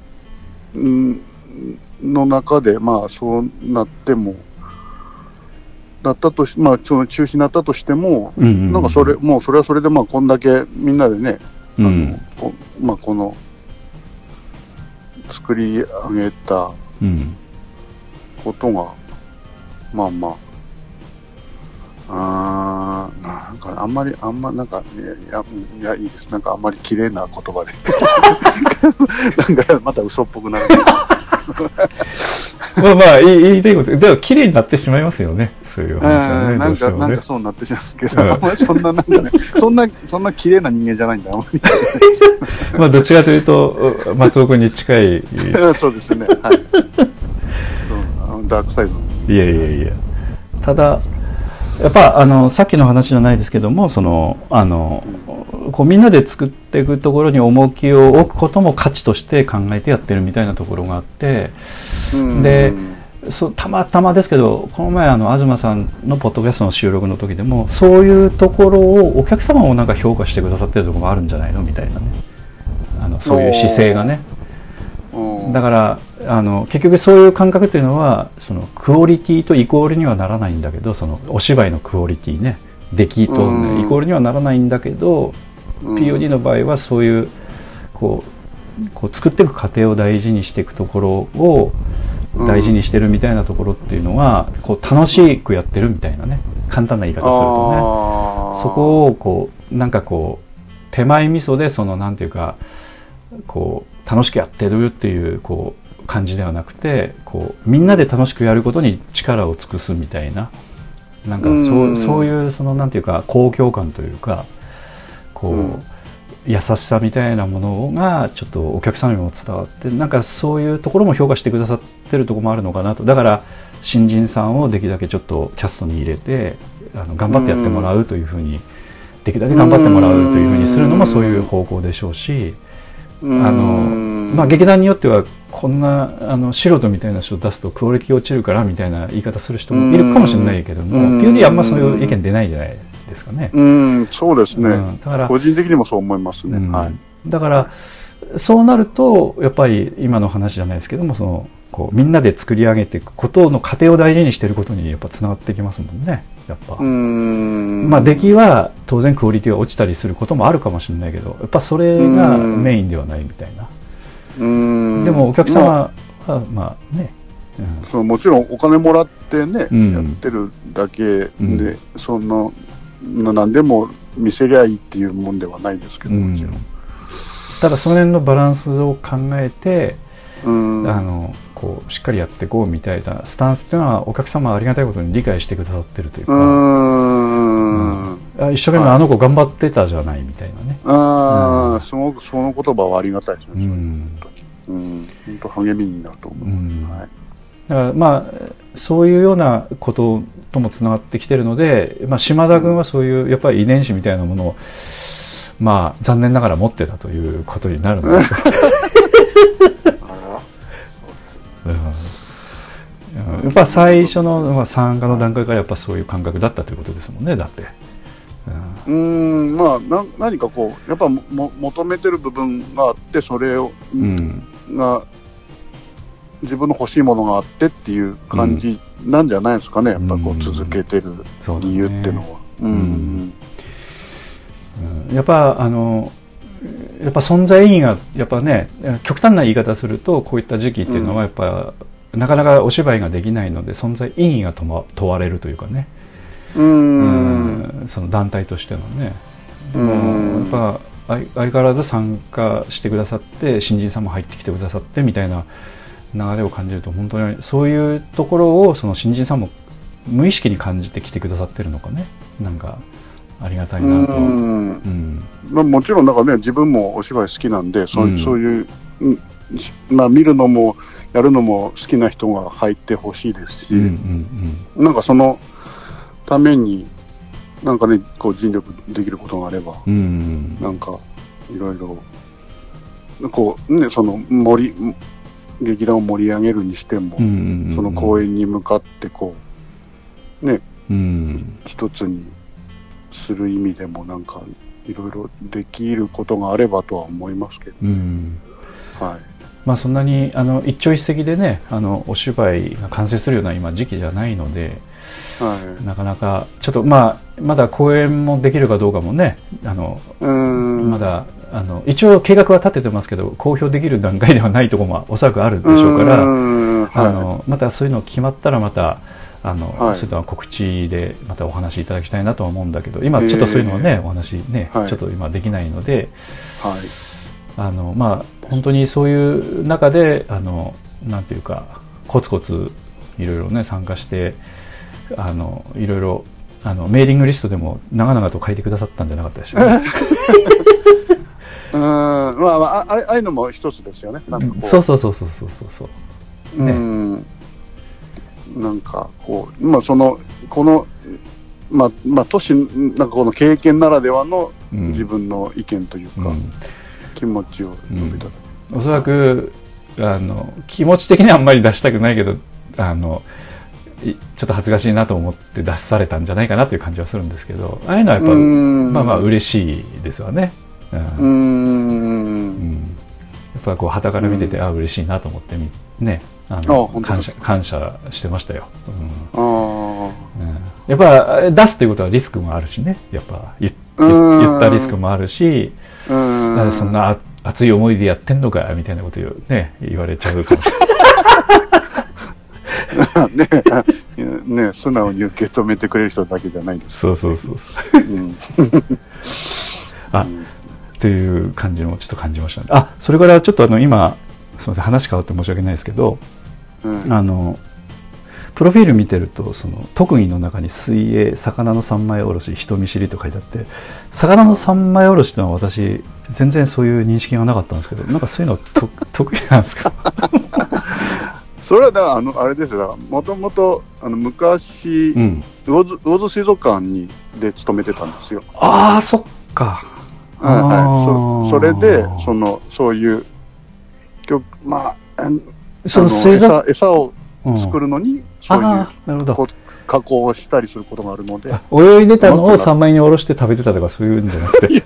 [SPEAKER 3] の中で、まあ、そうなっても、まあ、その中止になったとしても、なんかもうそれはそれで、まあ、こんだけみんなでね、まあ、この、作り上げたことが、まあ、なんかあんまなんか、いや、いいです。なんかあんまり綺麗な言葉で。なんかまた嘘っぽくなる。
[SPEAKER 4] まあ、言いたいこと、でも綺麗になってしまいますよね。そういう話はね。
[SPEAKER 3] なんかそうなってしまうんですけど、あんまりそんななんかね、そんな綺麗な人間じゃないんだ、あんまり。
[SPEAKER 4] まあ、どちらかというと、松尾君に近い。
[SPEAKER 3] そうですね。はい。ダークサイド。
[SPEAKER 4] いや。ただ、やっぱさっきの話じゃないですけども、こうみんなで作っていくところに重きを置くことも価値として考えてやってるみたいなところがあって、でたまたまですけど、この前東さんのポッドキャストの収録の時でも、そういうところをお客様もなんか評価してくださってるところもあるんじゃないのみたいなね、そういう姿勢がね。だから結局そういう感覚というのは、そのクオリティとイコールにはならないんだけど、そのお芝居のクオリティね、出来と、ね、イコールにはならないんだけど、POD の場合はそういうこう作っていく過程を大事にしていくところを大事にしてるみたいなところっていうのは、こう楽しくやってるみたいなね、簡単な言い方するとね、そこをこうなんかこう手前味噌でなんていうか、こう楽しくやってるっていうこう感じではなくて、こうみんなで楽しくやることに力を尽くすみたいな、なんかそういうなんていうか公共感というか、こう、優しさみたいなものがちょっとお客さんにも伝わって、なんかそういうところも評価してくださってるところもあるのかなと。だから新人さんをできるだけちょっとキャストに入れて頑張ってやってもらうというふうに、できるだけ頑張ってもらうというふうにするのもそういう方向でしょうし、まあ、劇団によってはこんな素人みたいな人を出すとクオリティ落ちるからみたいな言い方する人もいるかもしれないけども、POD あんまそういう意見出ないじゃないですかね。
[SPEAKER 3] そうですね。だから個人的にもそう思いますね。だ
[SPEAKER 4] からそうなるとやっぱり今の話じゃないですけども、こうみんなで作り上げていくことの過程を大事にしていることにやっぱつながってきますもんね。やっぱまあ出来は当然クオリティが落ちたりすることもあるかもしれないけど、やっぱそれがメインではないみたいな。でもお客様はまあね、
[SPEAKER 3] もちろんお金もらってね、やってるだけで、何でも見せりゃいいっていうもんではないですけど、もちろん。
[SPEAKER 4] ただその辺のバランスを考えて、こうしっかりやっていこうみたいなスタンスっていうのは、お客様はありがたいことに理解してくださってるというか、一生懸命あの子頑張ってたじゃないみたいなね。
[SPEAKER 3] すごくその言葉はありがたいですね。本当励みになると思う。
[SPEAKER 4] だからまあそういうようなことともつながってきてるので、まあ、島田君はそういうやっぱり遺伝子みたいなものをまあ残念ながら持ってたということになるのでやっぱ最初の参加の段階からやっぱそういう感覚だったということですもんね。だって、
[SPEAKER 3] まあ何かこうやっぱ求めてる部分があって、それを、が自分の欲しいものがあってっていう感じなんじゃないですかね、やっぱこう続けてる理由っていうのは。
[SPEAKER 4] やっぱ存在意義がやっぱね、極端な言い方するとこういった時期っていうのはやっぱ、なかなかお芝居ができないので存在意義が問われるというかね、その団体としてのね。でもやっぱ相変わらず参加してくださって、新人さんも入ってきてくださってみたいな流れを感じると、本当にそういうところをその新人さんも無意識に感じてきてくださってるのかね、なんかありがたいなと。
[SPEAKER 3] まあ、もちろんなんかね、自分もお芝居好きなんで、そういう、まあ、見るのもやるのも好きな人が入ってほしいですし、なんかそのためになんかね、こう尽力できることがあれば、なんかいろいろこうね、その劇団を盛り上げるにしても、その公演に向かってこうね、一つにする意味でもなんかいろいろできることがあればとは思いますけど、はい。
[SPEAKER 4] まあそんなに一朝一夕でね、お芝居が完成するような今時期じゃないので、なかなかちょっとまだ公演もできるかどうかもね、まだ一応計画は立ててますけど、公表できる段階ではないところもおそらくあるでしょうから、またそういうの決まったらまたそういうのは告知でまたお話しいただきたいなとは思うんだけど、今ちょっとそういうのはね、お話ね、ちょっと今できないので、まあ本当にそういう中でなんていうかコツコツいろいろね参加して、いろいろメーリングリストでも長々と書いてくださったんじゃなかったでしたね。
[SPEAKER 3] まあああいうのも一つですよね。なんかこう
[SPEAKER 4] そう。
[SPEAKER 3] ね。なんかこう、まあこのまあ年なんかこの経験ならではの自分の意見というか、気持ちを述べた。
[SPEAKER 4] おそらく気持ち的にはあんまり出したくないけど、ちょっと恥ずかしいなと思って出されたんじゃないかなという感じはするんですけど、ああいうのはやっぱまあ嬉しいですよね。やっぱこう旗から見てて嬉しいなと思ってね、感謝してましたよ。やっぱ出すということはリスクもあるしね、やっぱ言ったリスクもあるし、そんな熱い思いでやってんのかみたいなことをね言われちゃうかもし
[SPEAKER 3] れないね、素直に受け止めてくれる人だけじゃないです。
[SPEAKER 4] そうっていう感じのちょっと感じましたね。それからちょっと今すみません、話変わって申し訳ないですけど、プロフィール見てると特技の中に水泳、魚の三枚おろし、人見知りと書いてあって、魚の三枚おろしってのは私全然そういう認識がなかったんですけど、なんかそういうの得意なんですか？
[SPEAKER 3] それはだからあれですよ、もともと昔、魚津水族館で勤めてたんですよ。
[SPEAKER 4] そっか。
[SPEAKER 3] それでそういうまあ餌を作るのにそういう加工をしたりすることがあるので、
[SPEAKER 4] 泳いでたのを三枚におろして食べてたとかそういうんじゃなくて、い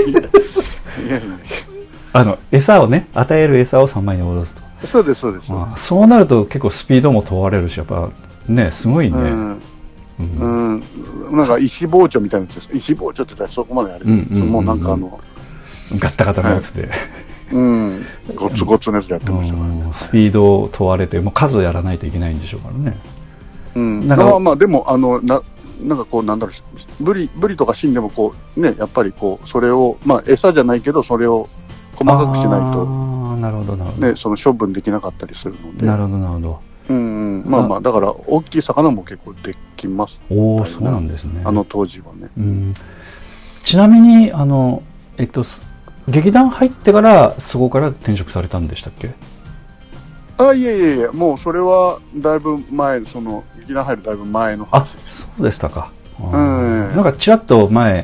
[SPEAKER 4] や餌をね、与える餌を三枚におろすと。
[SPEAKER 3] そうです。
[SPEAKER 4] そうなると結構スピードも問われるし、やっぱね、すごいね。
[SPEAKER 3] なんか石包丁みたいなやつです。石包丁って言ったらそこまであれ、もうなんか
[SPEAKER 4] ガッタガタのやつで、
[SPEAKER 3] ゴツゴツのやつでやってましたからね。
[SPEAKER 4] スピードを問われて、もう数をやらないといけないんでしょうからね。
[SPEAKER 3] まあでもなんかこうなんだろう、ブリとか死んでもこうね、やっぱりこうそれをまあ餌じゃないけどそれを細かくしないと、
[SPEAKER 4] なるほど
[SPEAKER 3] ね、その処分できなかったりするので。
[SPEAKER 4] なるほど。
[SPEAKER 3] まあだから大きい魚も結構できます。
[SPEAKER 4] そうなんですね。
[SPEAKER 3] 当時はね。
[SPEAKER 4] ちなみに劇団入ってからそこから転職されたんでしたっけ？
[SPEAKER 3] いえ、もうそれはだいぶ前、劇団入るだいぶ前の話です。
[SPEAKER 4] そうでしたか。なんかちらっと前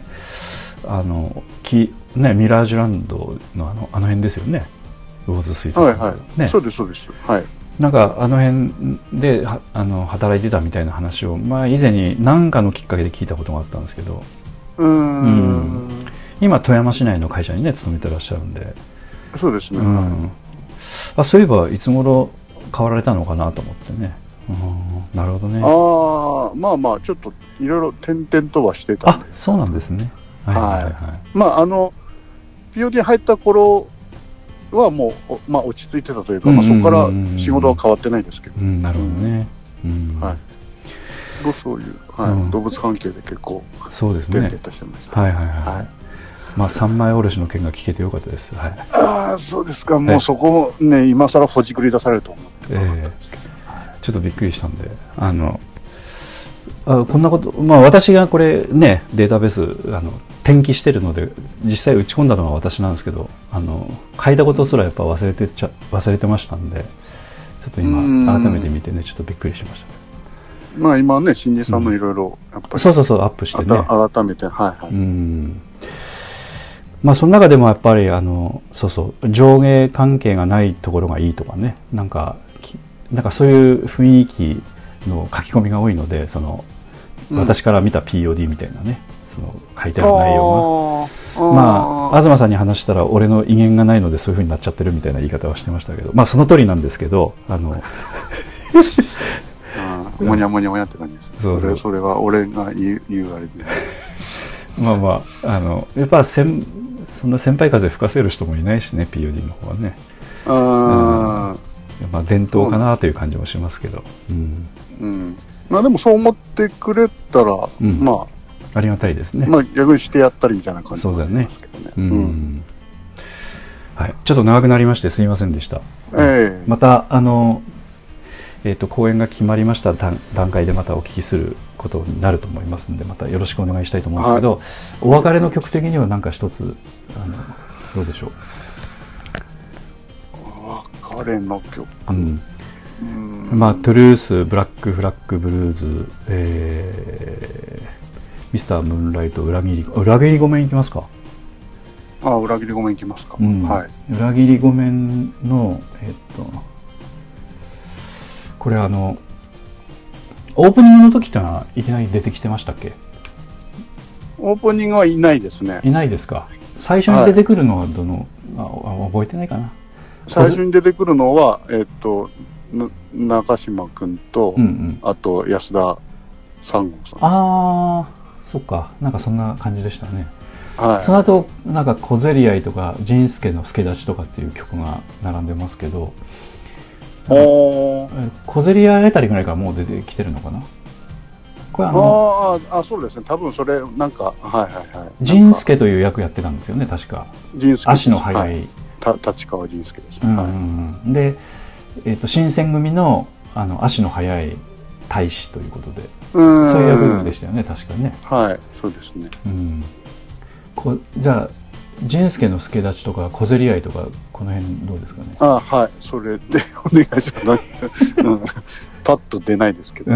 [SPEAKER 4] ミラージュランドのあの辺ですよね。魚津水族館。
[SPEAKER 3] そうです。はい。
[SPEAKER 4] なんかあの辺で働いてたみたいな話を以前に何かのきっかけで聞いたことがあったんですけど、 今富山市内の会社にね勤めてらっしゃるんで。
[SPEAKER 3] そうですね、
[SPEAKER 4] そういえばいつ頃変わられたのかなと思ってね。なるほどね。
[SPEAKER 3] まあまあちょっといろいろ転々とはしてたんで。
[SPEAKER 4] そうなんですね。
[SPEAKER 3] まあPOD に入った頃はもう、まあ、落ち着いてたというか、そこから仕事は変わってないですけど。
[SPEAKER 4] なるほどね。
[SPEAKER 3] そういう、動物関係で結構
[SPEAKER 4] そうですね。
[SPEAKER 3] 転々としてました。
[SPEAKER 4] まあ三枚おろしの件が聞けてよかったです。
[SPEAKER 3] そうですか。もうそこね、今更ほじくり出されると思ってなかったですけど。
[SPEAKER 4] ちょっとびっくりしたんで、こんなこと、まあ私がこれね、データベース転記してるので、実際打ち込んだのは私なんですけど、書いたことすらやっぱ忘れてましたんで、ちょっと今改めて見てね、ちょっとびっくりしました。
[SPEAKER 3] まあ今ね、新人さんもいろいろやっぱり、
[SPEAKER 4] そうアップしてね。
[SPEAKER 3] 改めて、
[SPEAKER 4] まあその中でもやっぱり上下関係がないところがいいとかね、なんかそういう雰囲気の書き込みが多いので、私から見た POD みたいなね、書いてある内容が、まあ東さんに話したら俺の威厳がないのでそういう風になっちゃってるみたいな言い方はしてましたけど、まあその通りなんですけど、
[SPEAKER 3] もにゃもにゃもにゃって感じです。それは俺が言うあれで。
[SPEAKER 4] まあまあやっぱそんな先輩風吹かせる人もいないしね、 POD の方はね。まあ伝統かなという感じもしますけど。
[SPEAKER 3] まあでもそう思ってくれたら、ま
[SPEAKER 4] ありがたいですね。
[SPEAKER 3] まあ逆にしてやったりみたいな感じ
[SPEAKER 4] もありますけどね。はい、ちょっと長くなりましてすみませんでした。また講演が決まりました段階でまたお聞きすることになると思いますので、またよろしくお願いしたいと思うんですけど、お別れの曲的には何か一つどうでしょう。
[SPEAKER 3] お別れの曲、
[SPEAKER 4] まあトゥルース、ブラックフラッグブルーズ、ミスタームーンライト、裏切りごめんいきますか。
[SPEAKER 3] 裏切りごめんいきますか。
[SPEAKER 4] 裏切りごめんのこれオープニングの時ってのはいきなり出てきてましたっけ？
[SPEAKER 3] オープニングはいないですね。
[SPEAKER 4] いないですか。最初に出てくるのは覚えてないかな。
[SPEAKER 3] 最初に出てくるのは中島君と、あと安田三郷さん。
[SPEAKER 4] そっか、なんかそんな感じでしたね。その後なんか小競り合いとか仁助の助立ちとかっていう曲が並んでますけど、小競り合いあたりぐらいからもう出てきてるのかな。これ
[SPEAKER 3] そうですね。多分それなんか
[SPEAKER 4] 仁助という役やってたんですよね、確か。足の速い
[SPEAKER 3] 立川仁助です。
[SPEAKER 4] で、新選組の足の速い大使ということで、そういう役でしたよね、確かね。
[SPEAKER 3] そうですね。
[SPEAKER 4] じゃあ仁助の助立ちとか小競り合いとかこの辺どうですかね。
[SPEAKER 3] それでお願いします。パッと出ないですけど。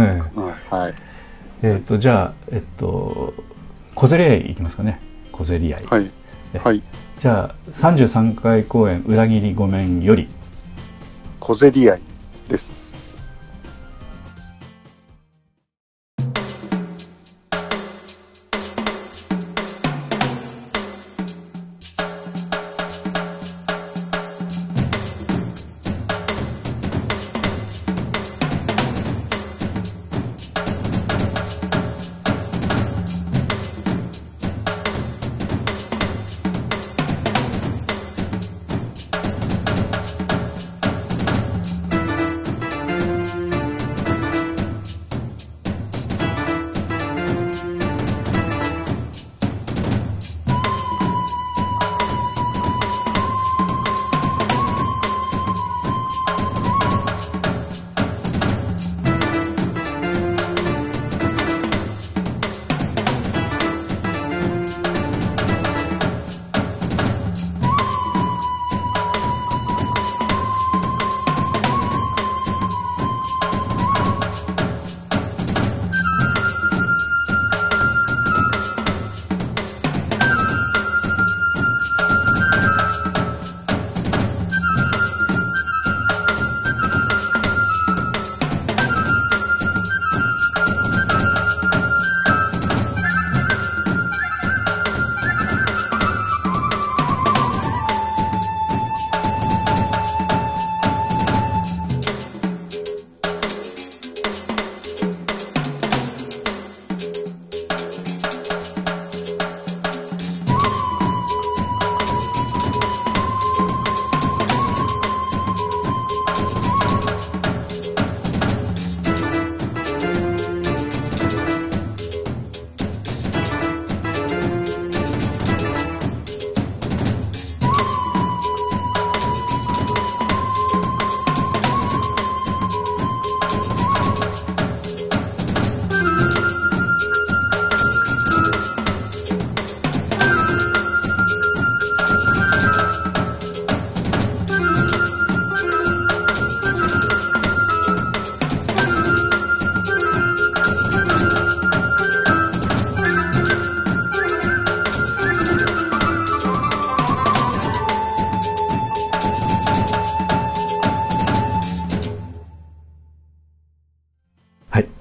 [SPEAKER 4] じゃあ小競り合いいきますかね。小競り合い。じゃあ33回公演裏切りごめんより
[SPEAKER 3] 小競り合いです。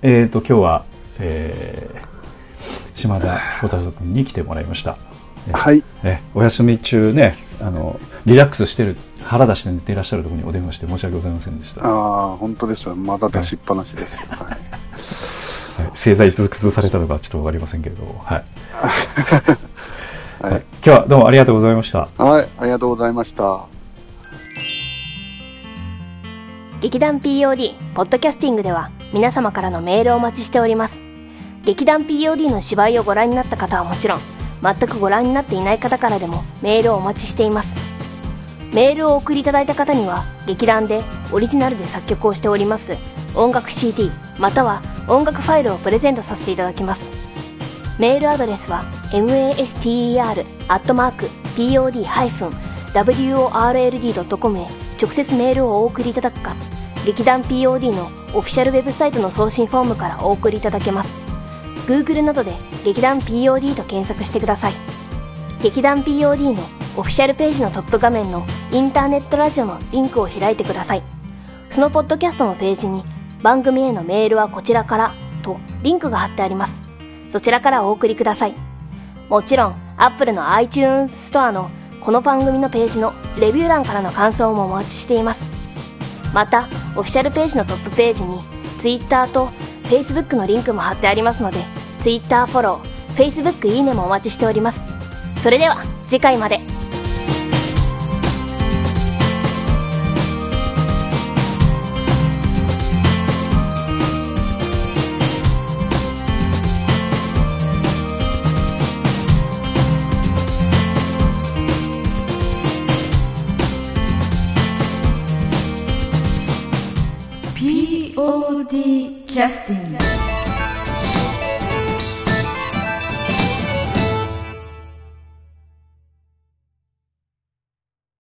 [SPEAKER 4] 今日は、島田彦太郎君に来てもらいました。
[SPEAKER 3] はい。
[SPEAKER 4] お休み中ね、リラックスしてる、腹出して寝ていらっしゃるところにお電話して申し訳ございませんでした。
[SPEAKER 3] 本当ですよ。まだ出しっぱなしですよ。はい。
[SPEAKER 4] 正座崩されたのかちょっとわかりませんけれど、はい。
[SPEAKER 3] はい。
[SPEAKER 4] 今日はどうもありがとうございました。
[SPEAKER 3] はい、ありがとうございました。
[SPEAKER 2] 劇団 POD ポッドキャスティングでは皆様からのメールをお待ちしております。劇団 POD の芝居をご覧になった方はもちろん、全くご覧になっていない方からでもメールをお待ちしています。メールをお送りいただいた方には劇団でオリジナルで作曲をしております音楽 CD または音楽ファイルをプレゼントさせていただきます。メールアドレスは master@pod-world.com へ直接メールをお送りいただくか、劇団 POD のオフィシャルウェブサイトの送信フォームからお送りいただけます。 Google などで劇団 POD と検索してください。劇団 POD のオフィシャルページのトップ画面のインターネットラジオのリンクを開いてください。そのポッドキャストのページに番組へのメールはこちらからとリンクが貼ってあります。そちらからお送りください。もちろん Apple の iTunes ストアのこの番組のページのレビュー欄からの感想もお待ちしています。またオフィシャルページのトップページに Twitter と Facebook のリンクも貼ってありますので、 Twitter フォロー、 Facebook いいねもお待ちしております。それでは次回まで。
[SPEAKER 1] POD キャスティング